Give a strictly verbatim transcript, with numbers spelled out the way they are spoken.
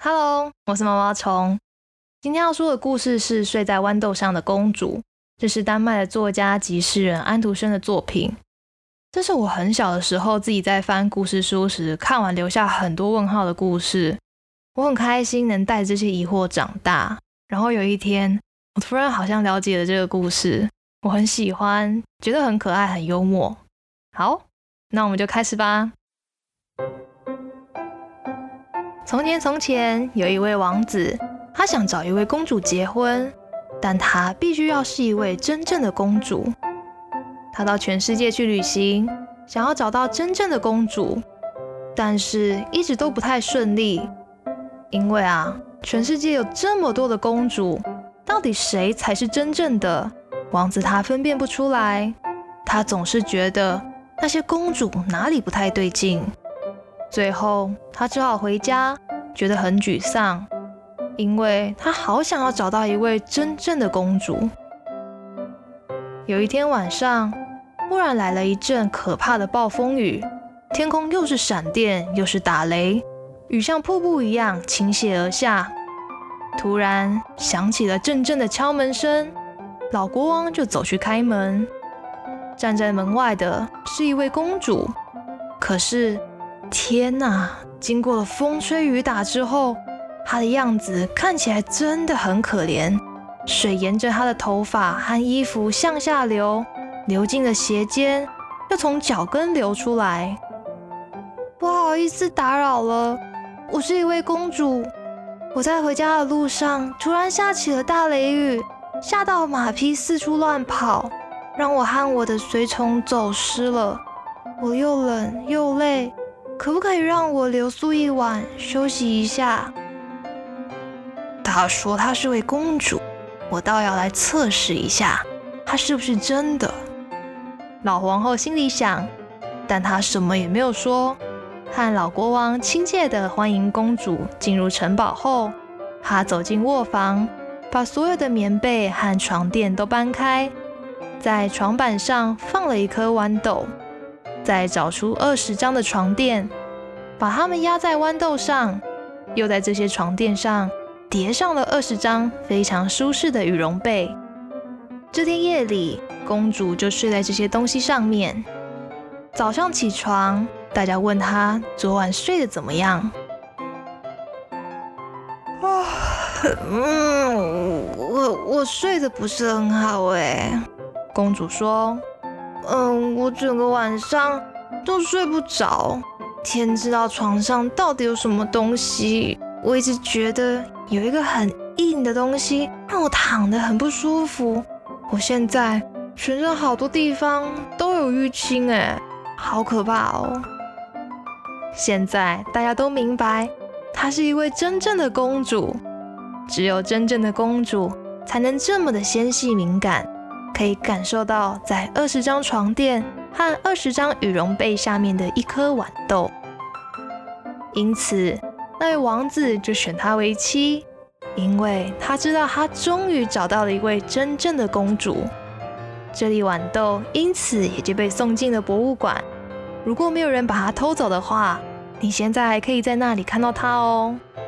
Hello， 我是毛毛虫。今天要说的故事是《睡在豌豆上的公主》，这是丹麦的作家及诗人安徒生的作品。这是我很小的时候自己在翻故事书时看完留下很多问号的故事。我很开心能带着这些疑惑长大，然后有一天我突然好像了解了这个故事，我很喜欢，觉得很可爱很幽默。好，那我们就开始吧。从前从前有一位王子，他想找一位公主结婚，但他必须要是一位真正的公主。他到全世界去旅行，想要找到真正的公主，但是一直都不太顺利。因为啊，全世界有这么多的公主，到底谁才是真正的？王子他分辨不出来，他总是觉得那些公主哪里不太对劲。最后他只好回家，觉得很沮丧，因为他好想要找到一位真正的公主。有一天晚上，忽然来了一阵可怕的暴风雨，天空又是闪电又是打雷，雨像瀑布一样倾泻而下。突然响起了阵阵的敲门声，老国王就走去开门。站在门外的是一位公主，可是天哪，经过了风吹雨打之后，她的样子看起来真的很可怜。水沿着她的头发和衣服向下流，流进了鞋尖，又从脚跟流出来。不好意思打扰了，我是一位公主。我在回家的路上，突然下起了大雷雨，吓到马匹四处乱跑，让我和我的随从走失了。我又冷又累，可不可以让我留宿一晚，休息一下？她说她是位公主，我倒要来测试一下，她是不是真的。老皇后心里想，但她什么也没有说。和老国王亲切地欢迎公主进入城堡后，她走进卧房，把所有的棉被和床垫都搬开，在床板上放了一颗豌豆，再找出二十张的床垫，把它们压在豌豆上，又在这些床垫上叠上了二十张非常舒适的羽绒被。这天夜里，公主就睡在这些东西上面。早上起床，大家问她昨晚睡得怎么样。哦，嗯，我我睡得不是很好哎。公主说，嗯，我整个晚上都睡不着，天知道床上到底有什么东西。我一直觉得有一个很硬的东西让我躺得很不舒服。我现在全身好多地方都有淤青哎，好可怕哦。现在大家都明白，她是一位真正的公主。只有真正的公主才能这么的纤细敏感，可以感受到在二十张床垫和二十张羽绒被下面的一颗豌豆。因此，那位王子就选她为妻，因为他知道他终于找到了一位真正的公主。这粒豌豆因此也就被送进了博物馆。如果没有人把它偷走的话，你现在还可以在那里看到它哦。